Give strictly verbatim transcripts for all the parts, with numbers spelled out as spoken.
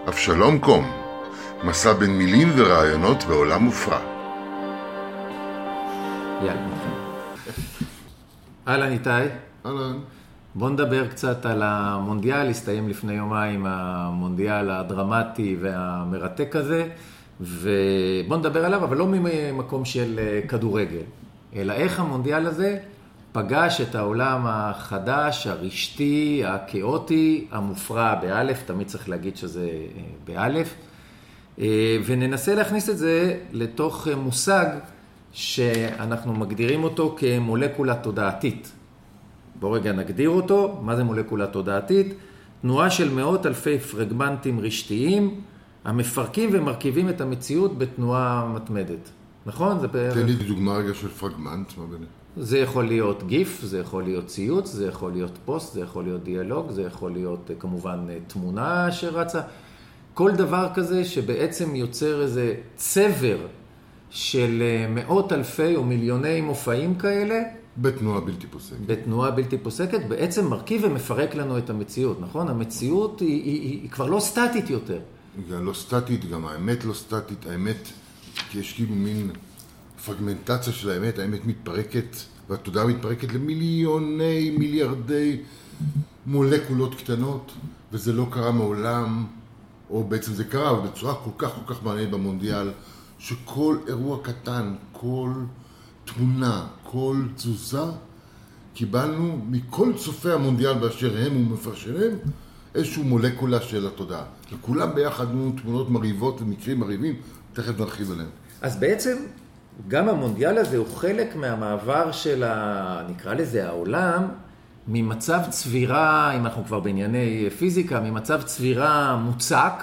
אבשלום קום, מסע בין מילים ורעיונות בעולם מופרע. יאללה, אהלן איתי. אהלן. בוא נדבר קצת על המונדיאל, הסתיים לפני יומיים המונדיאל הדרמטי והמרתק הזה, ובוא נדבר עליו, אבל לא ממקום של כדורגל, אלא איך המונדיאל הזה פגש את העולם החדש, הרשתי, הכאוטי, המופרע באלף, תמיד צריך להגיד שזה באלף, וננסה להכניס את זה לתוך מושג שאנחנו מגדירים אותו כמולקולה תודעתית. בואו רגע נגדיר אותו. מה זה מולקולה תודעתית? תנועה של מאות אלפי פרגמנטים רשתיים המפרקים ומרכיבים את המציאות בתנועה מתמדת. נכון? זה בערך... תן לי דוגמה רגע של פרגמנט. מה בני? זה יכול להיות גיף, זה יכול להיות ציוץ, זה יכול להיות פוסט, זה יכול להיות דיאלוג, זה יכול להיות כמובן תמונה שרצה. כל דבר כזה שבעצם יוצר איזה צבר של מאות אלפי או מיליוני מופעים כאלה. בתנועה בלתי פוסקת. בתנועה בלתי פוסקת, בעצם מרכיב ומפרק לנו את המציאות, נכון? המציאות היא, היא, היא, היא כבר לא סטטית יותר. היא גם לא סטטית, גם האמת לא סטטית. האמת, כי יש כאילו מין פרגמנטציה של האמת, האמת מתפרקת, והתודעה מתפרקת למיליוני, מיליארדי מולקולות קטנות, וזה לא קרה מעולם, או בעצם זה קרה, אבל בצורה כל כך כל כך מעניינת במונדיאל, שכל אירוע קטן, כל תמונה, כל תזוזה, קיבלנו מכל צופי המונדיאל באשר הם ומפרשנים, איזשהו מולקולה של התודעה. וכולם ביחד נו תמונות מריבות ומקרים מריבים, תכף נרחיב עליהם. אז בעצם גם המונדיאל הזה הוא חלק מהמעבר של, ה... נקרא לזה העולם, ממצב צבירה, אם אנחנו כבר בענייני פיזיקה, ממצב צבירה מוצק,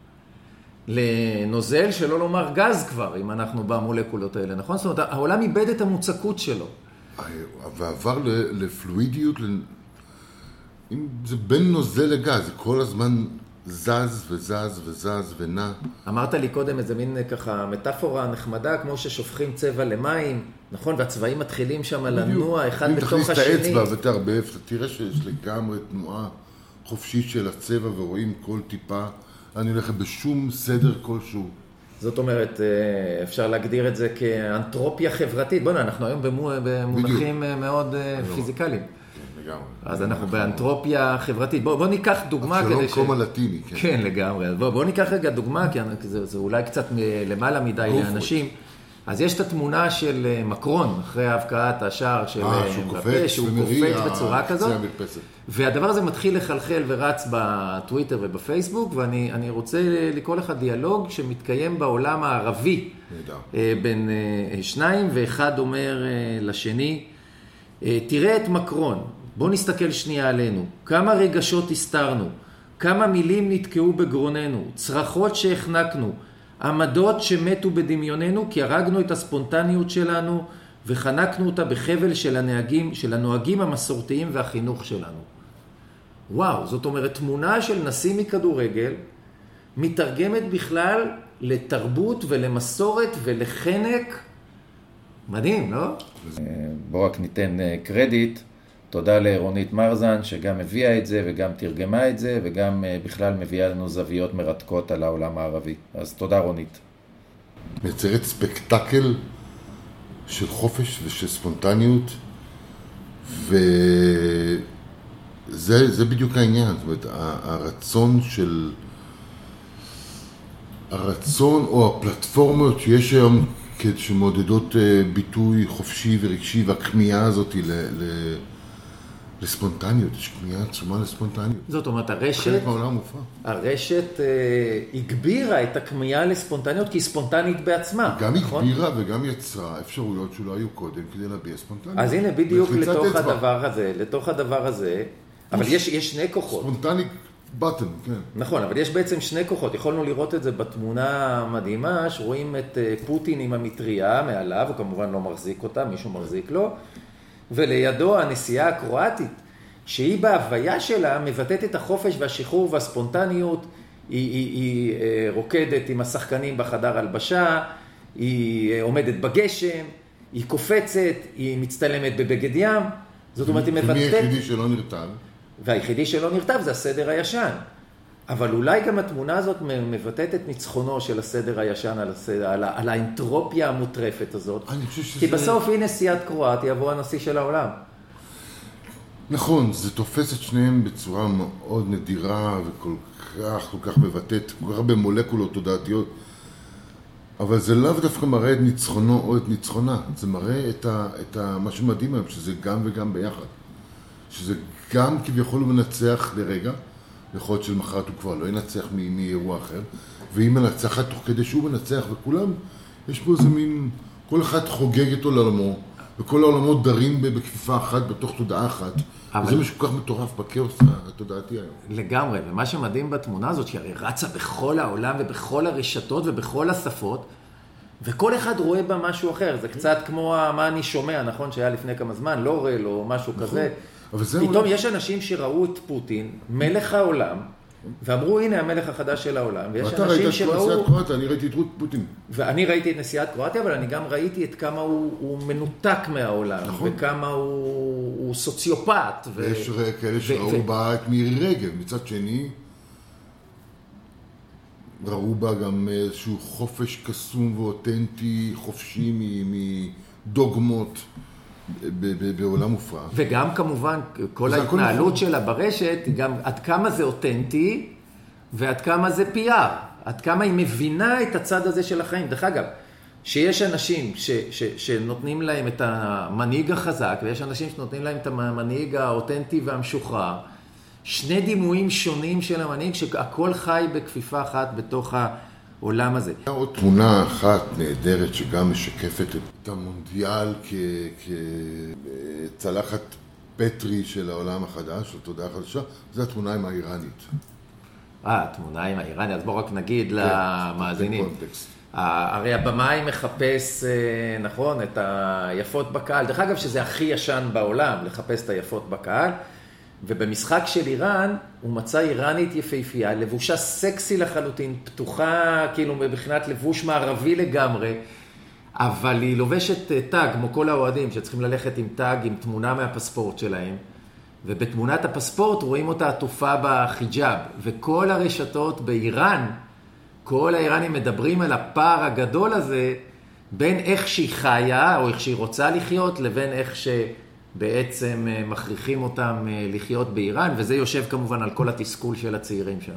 לנוזל, שלא לומר גז כבר, אם אנחנו במולקולות האלה, נכון? זאת אומרת, העולם איבד את המוצקות שלו. ועבר לפלואידיות, אם זה בין נוזל לגז, זה כל הזמן זז וזז וזז ונע. אמרת לי קודם איזה מין ככה מטאפורה נחמדה, כמו ששופכים צבע למים, נכון? והצבעים מתחילים שם לנוע אחד בתוך השני. אם תכניס את האצבע ותערבב, אתה תראה שיש לגמרי תנועה חופשית של הצבע ורואים כל טיפה. אני הולך בשום סדר כלשהו. זאת אומרת, אפשר להגדיר את זה כאנתרופיה חברתית. בואו, אנחנו היום במונחים מאוד פיזיקליים. כן, לגמרי. אז אנחנו באנתרופיה חברתית. בואו ניקח דוגמה כדי ש... שלום קום הלטיני, כן. כן, לגמרי. בואו ניקח רגע דוגמה, כי זה אולי קצת למעלה מדי לאנשים. אז יש את התמונה של מקרון, אחרי ההבקעת השער של מבפה, שהוא קופץ בצורה כזאת. והדבר הזה מתחיל לחלחל ורץ בטוויטר ובפייסבוק, ואני רוצה לקרוא לך דיאלוג שמתקיים בעולם הערבי בין שניים, ואחד אומר לשני, תראה את מקרון, בוא נסתכל שנייה עלינו, כמה רגשות הסתרנו, כמה מילים נתקעו בגרוננו, צרחות שהחנקנו, עמדות שמתו בדמיוננו, כי הרגנו את הספונטניות שלנו וחנקנו אותה בחבל של הנהגים, של הנוהגים המסורתיים והחינוך שלנו. וואו, זאת אומרת, תמונה של נשיא מכדורגל מתרגמת בכלל לתרבות ולמסורת ולחנק. מדהים, לא? בואו רק ניתן קרדיט. תודה לרונית מרזן שגם הביאה את זה וגם תרגמה את זה וגם בכלל מביאה לנו זוויות מרתקות על העולם הערבי. אז תודה רונית. מייצרת ספקטקל של חופש ושל ספונטניות, וזה זה בדיוק העניין. זאת אומרת, הרצון של הרצון או הפלטפורמות שיש היום שמעודדות ביטוי חופשי ורגשי, והכמיהה הזאת ל... ל לספונטניות, יש כמיהה עצומה לספונטניות. זאת אומרת, הרשת, חלק מהעולם מופע. הרשת אה, הגבירה את הכמיהה לספונטניות, כי היא ספונטנית בעצמה. גם נכון? הגבירה וגם יצרה אפשרויות שלא היו קודם כדי להביע ספונטניות. אז הנה בדיוק לתוך הדבר הזה, לתוך הדבר הזה, אבל יש, יש שני כוחות. ספונטניק בטן, כן. נכון, אבל יש בעצם שני כוחות. יכולנו לראות את זה בתמונה המדהימה, שרואים את פוטין עם המטריה מעליו, הוא כמובן לא מחזיק אותה, מישהו מחזיק לו. ולידו הנסיעה הקרואטית, שהיא בהוויה שלה מבטאת את החופש והשחרור והספונטניות, היא, היא, היא רוקדת עם השחקנים בחדר הלבשה, היא עומדת בגשם, היא קופצת, היא מצטלמת בבגד ים, זאת אומרת היא מבטאת... ומי היחידי שלא נרטב? והיחידי שלא נרטב זה הסדר הישן. אבל אולי גם התמונה הזאת מבטאת את ניצחונו של הסדר הישן על, הסדר, על, על האנטרופיה המוטרפת הזאת. אני חושב שזה... כי בסוף היא נשיאת קרואטיה, יבוא הנשיא של העולם. נכון, זה תופס את שניהם בצורה מאוד נדירה וכל כך, כל כך מבטאת, כל כך הרבה מולקולות תודעתיות, אבל זה לאו דווקא מראה את ניצחונו או את ניצחונה, זה מראה את, ה, את ה, מה שמדהים היום, שזה גם וגם ביחד. שזה גם כביכול הוא מנצח לרגע, יכול להיות שלמחרת הוא כבר לא ינצח מאירוע אחר, והיא מנצחת תוך כדי שהוא מנצח, וכולם, יש פה איזה מין, כל אחד חוגג את עולמו, וכל העולמות דרים בכפיפה אחת, בתוך תודעה אחת. אבל... וזה משהו כל כך מטורף בכאוס התודעתי היום. לגמרי, ומה שמדהים בתמונה הזאת, שהיא הרי רצה בכל העולם ובכל הרשתות ובכל השפות, וכל אחד רואה בה משהו אחר. זה קצת כמו מה אני שומע, נכון? שהיה לפני כמה זמן, לורל או משהו נכון. כזה. פתאום אולי... יש אנשים שראו את פוטין, מלך העולם, ואמרו, הנה המלך החדש של העולם, ויש אנשים שראו... ואתה ראית את נשיאת קרואטיה, אני ראיתי את פוטין. ואני ראיתי את נשיאת קרואטיה, אבל אני גם ראיתי את כמה הוא, הוא מנותק מהעולם, נכון. וכמה הוא, הוא סוציופט. ו... ויש כאלה שראו ו... בה את מירי רגב, מצד שני, ראו בה גם איזשהו חופש קסום ואותנטי, חופשי מדוגמות. בעולם מופרע. וגם כמובן כל ההתנהלות שלה ברשת, גם עד כמה זה אותנטי ועד כמה זה פי אר, עד כמה היא מבינה את הצד הזה של החיים. דרך אגב, שיש אנשים ש, ש, שנותנים להם את המנהיג החזק, ויש אנשים שנותנים להם את המנהיג האותנטי והמשוחרר, שני דימויים שונים של המנהיג, שהכל חי בכפיפה אחת בתוך ה... עולם הזה. עוד תמונה אחת נהדרת שגם משקפת את המונדיאל כצלחת פטרי של העולם החדש, של תודעה חדשה, זו התמונה עם האיראנית. אה, התמונה עם האיראנית, אז בואו רק נגיד למאזינים. הרי הבמאי מחפש, נכון, את היפות בקהל. דרך אגב, שזה הכי ישן בעולם, לחפש את היפות בקהל. ובמשחק של איראן, הוא מצא איראנית יפהפייה, לבושה סקסי לחלוטין, פתוחה, כאילו מבחינת לבוש מערבי לגמרי, אבל היא לובשת טאג, כמו כל האוהדים, שצריכים ללכת עם טאג, עם תמונה מהפספורט שלהם, ובתמונת הפספורט רואים אותה עטופה בחיג'אב, וכל הרשתות באיראן, כל האיראנים מדברים על הפער הגדול הזה, בין איך שהיא חיה, או איך שהיא רוצה לחיות, לבין איך ש... בעצם מכריחים אותם לחיות באיראן, וזה יושב כמובן על כל התסכול של הצעירים שם.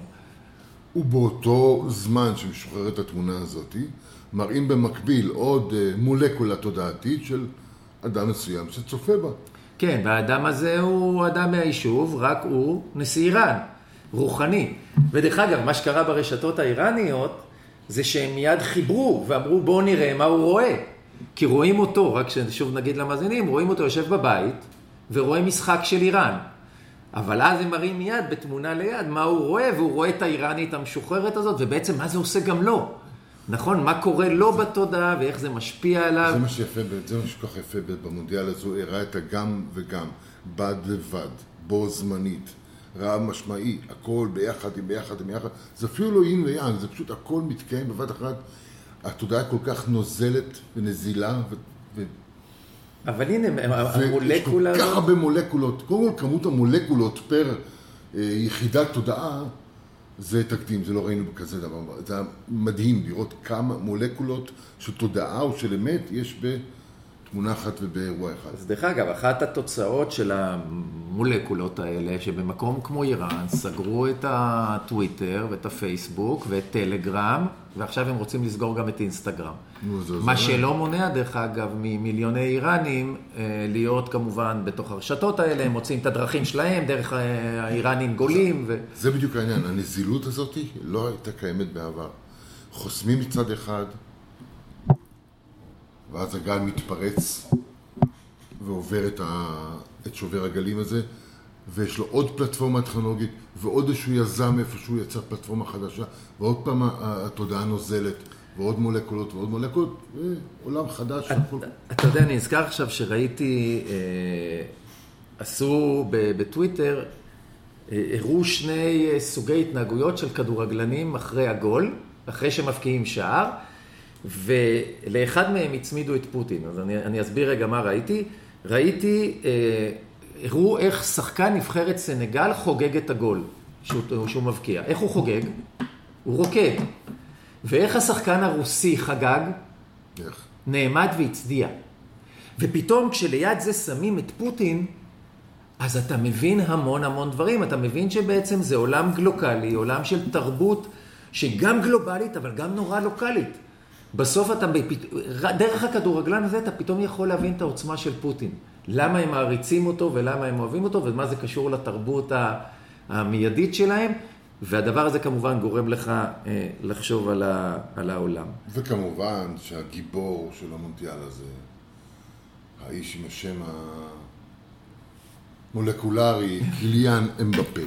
ובאותו זמן שמשוחררת התמונה הזאת, מראים במקביל עוד מולקולה תודעתית של אדם מסוים שצופה בה. כן, והאדם הזה הוא אדם מהיישוב, רק הוא נשיא איראן, רוחני. ודרך אגב, מה שקרה ברשתות האיראניות, זה שהם מיד חיברו ואמרו בואו נראה מה הוא רואה. כי רואים אותו, רק ששוב נגיד למאזינים, רואים אותו יושב בבית, ורואים משחק של איראן. אבל אז הם מראים מיד, בתמונה ליד, מה הוא רואה, והוא רואה את האיראנית המשוחררת הזאת, ובעצם מה זה עושה גם לו. נכון? מה קורה לו בתודעה, ואיך זה משפיע עליו. זה מה שיפה, זה מה שכל כך יפה במונדיאל הזו, הראה את הגם וגם, בד לבד, בו זמנית, רעב משמעי, הכל ביחד, ביחד, ביחד. זה אפילו לא אין ויאן, זה פשוט הכל מתקיים בבת אחת. התודעה כל כך נוזלת ונזילה. ו... אבל הנה, המולקולה הזאת... יש כל כך הרבה מולקולות. קודם כל, כמות המולקולות פר אה, יחידת תודעה, זה תקדים, זה לא ראינו בכזה דבר. זה מדהים לראות כמה מולקולות של תודעה או של אמת יש בתמונה אחת ובאירוע אחד. אז דרך אגב, אחת התוצאות של המולקולות האלה, שבמקום כמו איראן, סגרו את הטוויטר ואת הפייסבוק ואת טלגרם, ועכשיו הם רוצים לסגור גם את אינסטגרם. מה שלא מונע, דרך אגב, ממיליוני איראנים, להיות כמובן בתוך הרשתות האלה, הם מוצאים את הדרכים שלהם, דרך האיראנים גולים. ו... זה בדיוק העניין, הנזילות הזאת לא הייתה קיימת בעבר. חוסמים מצד אחד, ואז הגל מתפרץ ועובר את, ה... את שובר הגלים הזה, ויש לו עוד פלטפורמה טכנולוגית, ועוד איזשהו יזם איפשהו יצר פלטפורמה חדשה, ועוד פעם התודעה נוזלת, ועוד מולקולות ועוד מולקולות, ועולם חדש. אתה יודע, אני אזכר עכשיו שראיתי, עשו בטוויטר, הראו שני סוגי התנהגויות של כדורגלנים אחרי הגול, אחרי שמפקיעים שער, ולאחד מהם הצמידו את פוטין. אז אני, אני אסביר רגע מה ראיתי. ראיתי, הראו איך שחקן נבחרת סנגל חוגג את הגול שהוא, שהוא מבקיע. איך הוא חוגג? הוא רוקד. ואיך השחקן הרוסי חגג? איך? נעמד והצדיע. ופתאום כשליד זה שמים את פוטין, אז אתה מבין המון המון דברים. אתה מבין שבעצם זה עולם גלוקלי, עולם של תרבות שגם גלובלית, אבל גם נורא לוקלית. בסוף אתה, דרך הכדורגלן הזה, אתה פתאום יכול להבין את העוצמה של פוטין. למה הם מעריצים אותו ולמה הם אוהבים אותו, ומה זה קשור לתרבות המיידית שלהם. והדבר הזה כמובן גורם לך אה, לחשוב על, ה, על העולם. וכמובן שהגיבור של המונדיאל הזה, האיש עם השם המולקולרי, קיליאן אמבפה,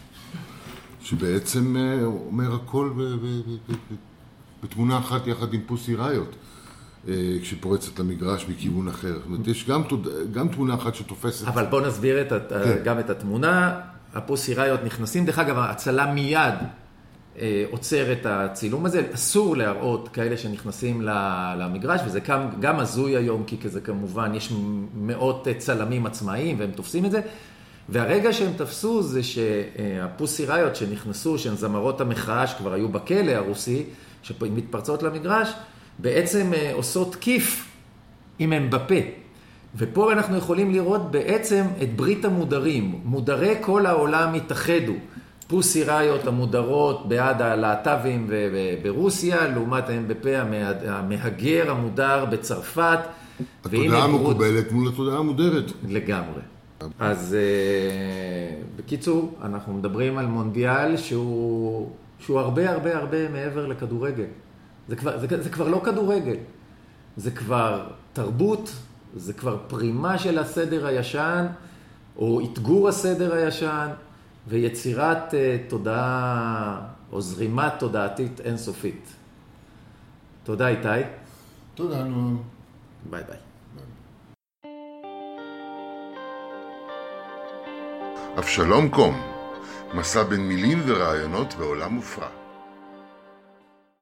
שבעצם אה, אומר הכל ב, ב, ב, ב, בתמונה אחת יחד עם פוסי ראיות, אה, כשפורצת למגרש מכיוון אחר. זאת אומרת, יש גם, גם תמונה אחת שתופסת. אבל בוא נסביר את, כן. גם את התמונה. הפוסי ראיות נכנסים, דרך אגב, הצלה מיד אה, עוצר את הצילום הזה, אסור להראות כאלה שנכנסים למגרש, וזה גם, גם הזוי היום, כי כזה כמובן יש מאות צלמים עצמאיים והם תופסים את זה, והרגע שהם תפסו זה שהפוסי ראיות שנכנסו, שהן זמרות המחאה שכבר היו בכלא הרוסי, שמתפרצות למגרש, בעצם אה, עושות כיף עם אמבפה. ופה אנחנו יכולים לראות בעצם את ברית המודרים. מודרי כל העולם התאחדו. פוסי ראיות המודרות בעד הלהט"בים ברוסיה, לעומת אמבפה המהגר המודר בצרפת. התודעה המקובלת מול התודעה המודרת. לגמרי. אז בקיצור, אנחנו מדברים על מונדיאל שהוא, שהוא הרבה הרבה הרבה מעבר לכדורגל. זה כבר, זה, זה כבר לא כדורגל. זה כבר תרבות, זה כבר פרימה של הסדר הישן, או התגור הסדר הישן, ויצירת uh, תודעה, או זרימת תודעתית אינסופית. תודה איתי. תודה נועם. ביי ביי. אבשלום קום, מסע בין מילים ורעיונות בעולם מופרע.